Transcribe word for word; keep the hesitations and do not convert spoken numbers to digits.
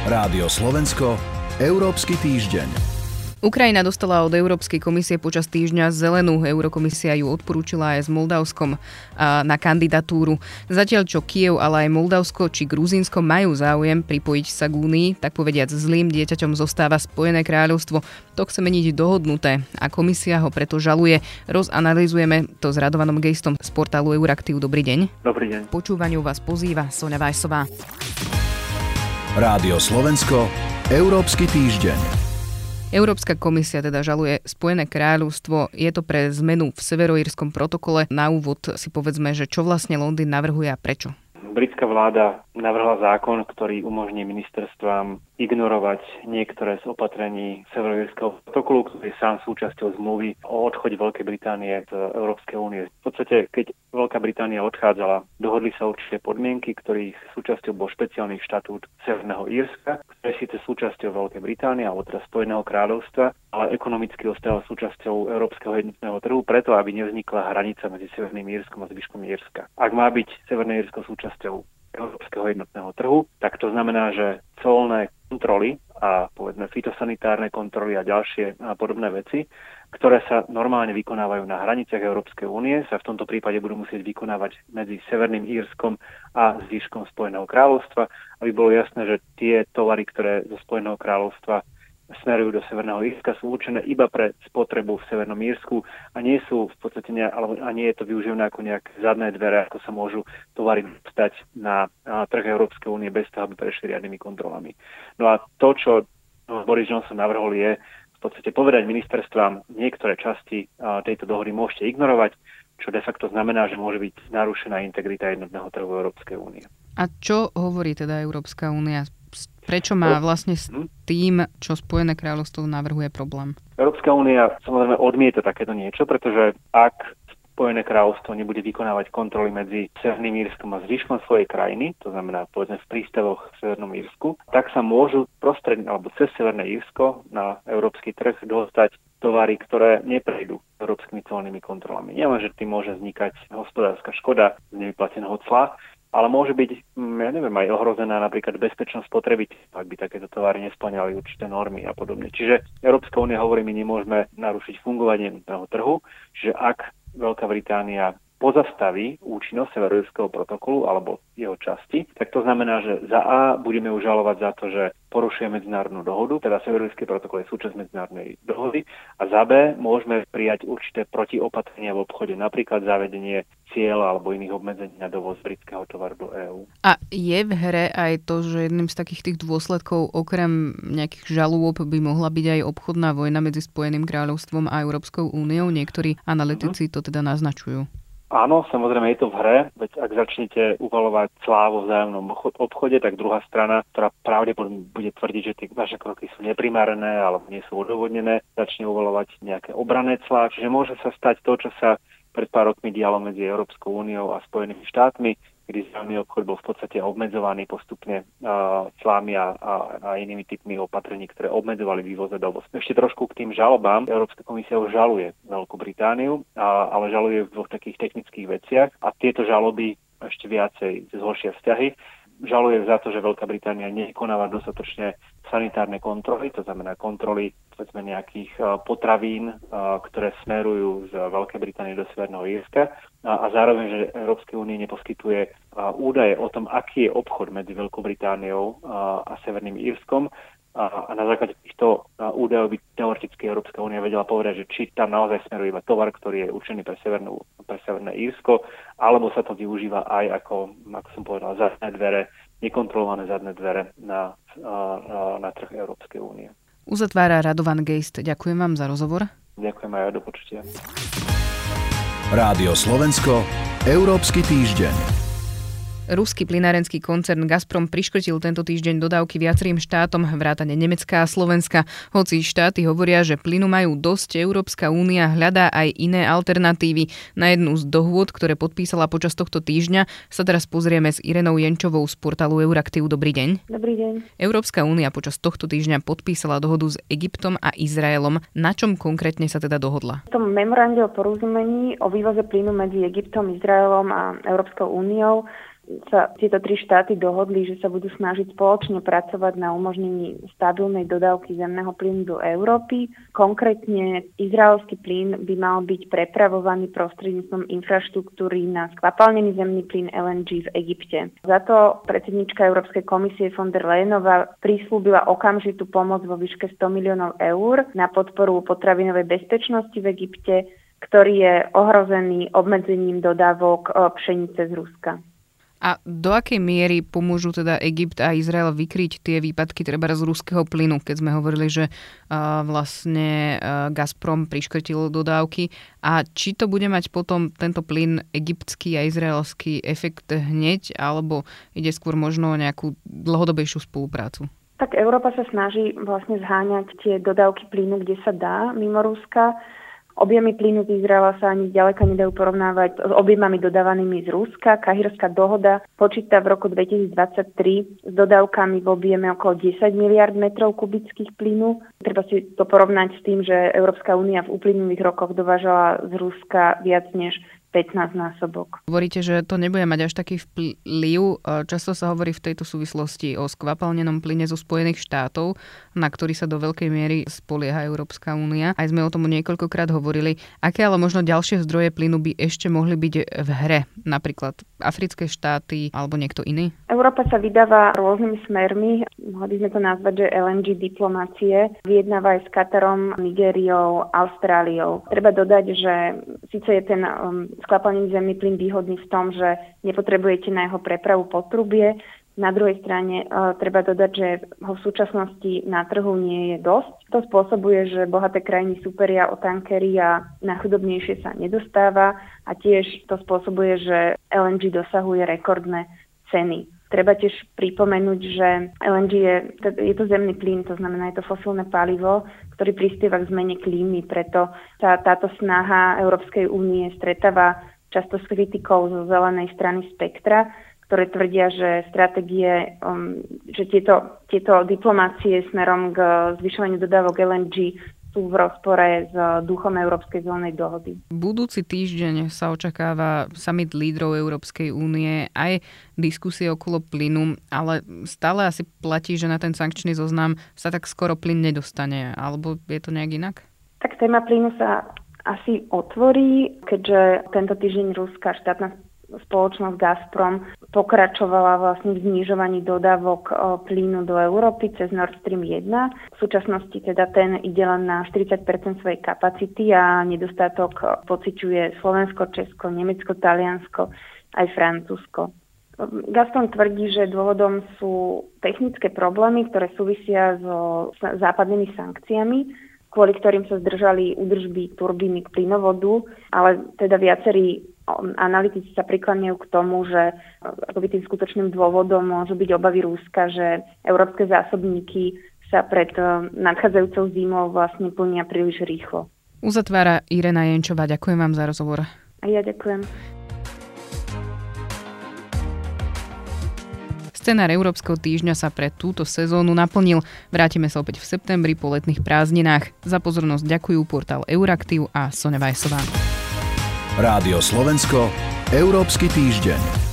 Rádio Slovensko, Európsky týždeň. Ukrajina dostala od Európskej komisie počas týždňa zelenú. Eurokomisia ju odporúčila aj s Moldavskom na kandidatúru. Zatiaľ čo Kyjev, ale aj Moldavsko či Gruzínsko majú záujem pripojiť sa k Únii, tak povediac zlým dieťaťom zostáva Spojené kráľovstvo. To chce meniť dohodnuté a komisia ho preto žaluje. Rozanalizujeme to s Radovanom Geistom z portálu Euraktiv. Dobrý deň. Dobrý deň. Počúvaniu vás pozýva Soňa Vajsová. Rádio Slovensko, Európsky týždeň. Európska komisia teda žaluje Spojené kráľovstvo. Je to pre zmenu v severoírskom protokole. Na úvod si povedzme, že čo vlastne Londýn navrhuje a prečo? Britská vláda navrhla zákon, ktorý umožní ministerstvám ignorovať niektoré z opatrení severoírskeho protokolu, ktorý je sám súčasťou zmluvy o odchode Veľkej Británie z Európskej únie. V podstate, keď Veľká Británia odchádzala, dohodli sa určité podmienky, ktorých súčasťou bol špeciálny štatút Severného Írska, ktorý je síce súčasťou Veľkej Británie alebo teda Spojeného kráľovstva, ale ekonomicky ostáva súčasťou Európskeho jednotného trhu preto, aby nevznikla hranica medzi Severným Írskom a zvyškom Írska. Ak má byť Severné Írsko súčasťou Európskeho jednotného trhu, tak to znamená, že colné kontroly a povedzme fitosanitárne kontroly a ďalšie a podobné veci, ktoré sa normálne vykonávajú na hraniciach Európskej únie, sa v tomto prípade budú musieť vykonávať medzi Severným Írskom a zvyškom Spojeného kráľovstva, aby bolo jasné, že tie tovary, ktoré zo Spojeného kráľovstva smerujú do Severného Írska, sú určené iba pre spotrebu v Severnom Írsku a nie sú v podstate ne, alebo a nie je to využívané ako nejaké zadné dvere, ako sa môžu tovary dostať na, na trh Európskej únie bez toho, aby prešli riadnymi kontrolami. No a to, čo Boris Johnson navrhol, je v podstate povedať ministerstvám, niektoré časti tejto dohody môžete ignorovať, čo de facto znamená, že môže byť narušená integrita jednotného trhu Európskej únie. A čo hovorí teda Európska únia? Prečo má vlastne s tým, čo Spojené kráľovstvo navrhuje, problém? Európska únia samozrejme odmieta takéto niečo, pretože ak Spojené kráľovstvo nebude vykonávať kontroly medzi Severným Írskom a zvyškom svojej krajiny, to znamená povedzme v prístavoch v Severnom Írsku, tak sa môžu prostredne alebo cez Severné Írsko na európsky trh dostať tovary, ktoré neprejdú európskymi colnými kontrolami. Nielen, že tým môže vznikať hospodárska škoda z nevyplateného cla, ale môže byť, ja neviem, aj ohrozená napríklad bezpečnosť spotrebiteľov, ak by takéto tovary nespĺňali určité normy a podobne. Čiže Európska únia hovorí, my nemôžeme narušiť fungovanie jednotného trhu, že ak Veľká Británia pozastaví účinnosť severoírskeho protokolu alebo jeho časti, tak to znamená, že za A budeme už žalovať za to, že porušuje medzinárodnú dohodu, teda severoírsky protokol je súčasť medzinárodnej dohody, a za B môžeme prijať určité protiopatrenia v obchode, napríklad zavedenie cieľa alebo iných obmedzení na dovoz britského tovaru do EÚ. A je v hre aj to, že jedným z takých tých dôsledkov okrem nejakých žalôb by mohla byť aj obchodná vojna medzi Spojeným kráľovstvom a Európskou úniou? Niektorí analytici to teda naznačujú. Áno, samozrejme je to v hre, veď ak začnete uvalovať clá vo vzájomnom obchode, tak druhá strana, ktorá pravdepodobne bude tvrdiť, že tie vaše kroky sú neprimárne alebo nie sú odôvodnené, začne uvalovať nejaké obranné clá, čiže môže sa stať to, čo sa pred pár rokmi dialo medzi Európskou úniou a Spojenými štátmi, kedy vzájomný obchod bol v podstate obmedzovaný postupne uh, clami a, a, a inými typmi opatrení, ktoré obmedzovali vývoz a dovoz. Ešte trošku k tým žalobám. Európska komisia už žaluje Veľkú Britániu, a, ale žaluje v dvoch takých technických veciach a tieto žaloby ešte viacej zhoršia vzťahy. Žaluje za to, že Veľká Británia nekonáva dostatočne sanitárne kontroly, to znamená kontroly povedzme nejakých potravín, ktoré smerujú z Veľkej Británie do Severného Írska, a zároveň, že Európskej únie neposkytuje údaje o tom, aký je obchod medzi Veľkou Britániou a Severným Írskom. A na základe týchto údajov by teoreticky Európska únia vedela povedať, že či tam naozaj smeruje iba tovar, ktorý je určený pre, Severnú, pre Severné Írsko, alebo sa to využíva aj ako, ako som povedal, zadné dvere, nekontrolované zadné dvere na, na, na trh Európskej únie. Uzatvára Radovan Geist. Ďakujem vám za rozhovor. Ďakujem aj, do počutia. Rádio Slovensko, Európsky týždeň. Ruský plynárenský koncern Gazprom priškrtil tento týždeň dodávky viacerým štátom, vrátane Nemecka a Slovenska. Hoci štáty hovoria, že plynu majú dosť, Európska únia hľadá aj iné alternatívy. Na jednu z dohôd, ktoré podpísala počas tohto týždňa, sa teraz pozrieme s Irenou Jenčovou z portálu Euraktiv. Dobrý deň. Dobrý deň. Európska únia počas tohto týždňa podpísala dohodu s Egyptom a Izraelom. Na čom konkrétne sa teda dohodla? V tom memorande o porozumení o vývoze plynu medzi Egyptom, Izraelom a Európskou úniou sa tieto tri štáty dohodli, že sa budú snažiť spoločne pracovať na umožnení stabilnej dodávky zemného plynu do Európy. Konkrétne izraelský plyn by mal byť prepravovaný prostredníctvom infraštruktúry na skvapalnený zemný plyn el en gé v Egypte. Za to predsedníčka Európskej komisie von der Leyenová prislúbila okamžitú pomoc vo výške sto miliónov eur na podporu potravinovej bezpečnosti v Egypte, ktorý je ohrozený obmedzením dodávok pšenice z Ruska. A do akej miery pomôžu teda Egypt a Izrael vykryť tie výpadky treba z ruského plynu, keď sme hovorili, že uh, vlastne uh, Gazprom priškrtil dodávky, a či to bude mať potom tento plyn egyptský a izraelský efekt hneď, alebo ide skôr možno o nejakú dlhodobejšiu spoluprácu? Tak Európa sa snaží vlastne zháňať tie dodávky plynu, kde sa dá, mimo Ruska. Objemy plynu z Izraela sa ani ďaleka nedajú porovnávať s objemami dodávanými z Ruska. Kahírska dohoda počíta v roku dvetisícdvadsaťtri s dodávkami v objeme okolo desať miliárd metrov kubických plynu. Treba si to porovnať s tým, že Európska únia v uplynulých rokoch dovážala z Ruska viac než pätnásť násobok. Hovoríte, že to nebude mať až taký vplyv. Často sa hovorí v tejto súvislosti o skvapalnenom plyne zo Spojených štátov, na ktorý sa do veľkej miery spolieha Európska únia. Aj sme o tom niekoľkokrát hovorili. Aké ale možno ďalšie zdroje plynu by ešte mohli byť v hre? Napríklad africké štáty alebo niekto iný? Európa sa vydáva rôznymi smermi. Mohli by sme to nazvať, že el en gé diplomácie. Vyjednáva aj s Katarom, Nigériou, Austráliou. Treba dodať, že síce je ten um, skvapalnený zemný plyn výhodný v tom, že nepotrebujete na jeho prepravu potrubie. Na druhej strane uh, treba dodať, že ho v súčasnosti na trhu nie je dosť. To spôsobuje, že bohaté krajiny súperia o tankery a najchudobnejšie sa nedostáva, a tiež to spôsobuje, že el en gé dosahuje rekordné ceny. Treba tiež pripomenúť, že el en gé je, je to zemný plyn, to znamená, je to fosílne palivo, ktorý prispieva k zmene klímy, preto sa táto snaha Európskej únie stretáva často s kritikou zo zelenej strany spektra, ktoré tvrdia, že stratégie, um, že tieto, tieto diplomácie smerom k zvyšovaniu dodávok el en gé sú v rozpore s duchom Európskej zelenej dohody. Budúci týždeň sa očakáva summit lídrov Európskej únie, aj diskusie okolo plynu, ale stále asi platí, že na ten sankčný zoznam sa tak skoro plyn nedostane, alebo je to nejak inak? Tak téma plynu sa asi otvorí, keďže tento týždeň ruská štátna spoločnosť Gazprom pokračovala vlastne v znižovaní dodávok plynu do Európy cez Nord Stream jeden. V súčasnosti teda ten ide len na štyridsať percent svojej kapacity a nedostatok pociťuje Slovensko, Česko, Nemecko, Taliansko aj Francúzsko. Gazprom tvrdí, že dôvodom sú technické problémy, ktoré súvisia so západnými sankciami, kvôli ktorým sa zdržali údržby turbíny k plynovodu, ale teda viacerí analytici sa prikláňajú k tomu, že akoby tým skutočným dôvodom môžu byť obavy Ruska, že európske zásobníky sa pred nadchádzajúcou zimou vlastne plnia príliš rýchlo. Uzatvára Irena Jenčová. Ďakujem vám za rozhovor. A ja ďakujem. Scenár Európskeho týždňa sa pre túto sezónu naplnil. Vrátime sa opäť v septembri po letných prázdninách. Za pozornosť ďakujú portál Euraktiv a Soňa Vajsová. Rádio Slovensko, Európsky týždeň.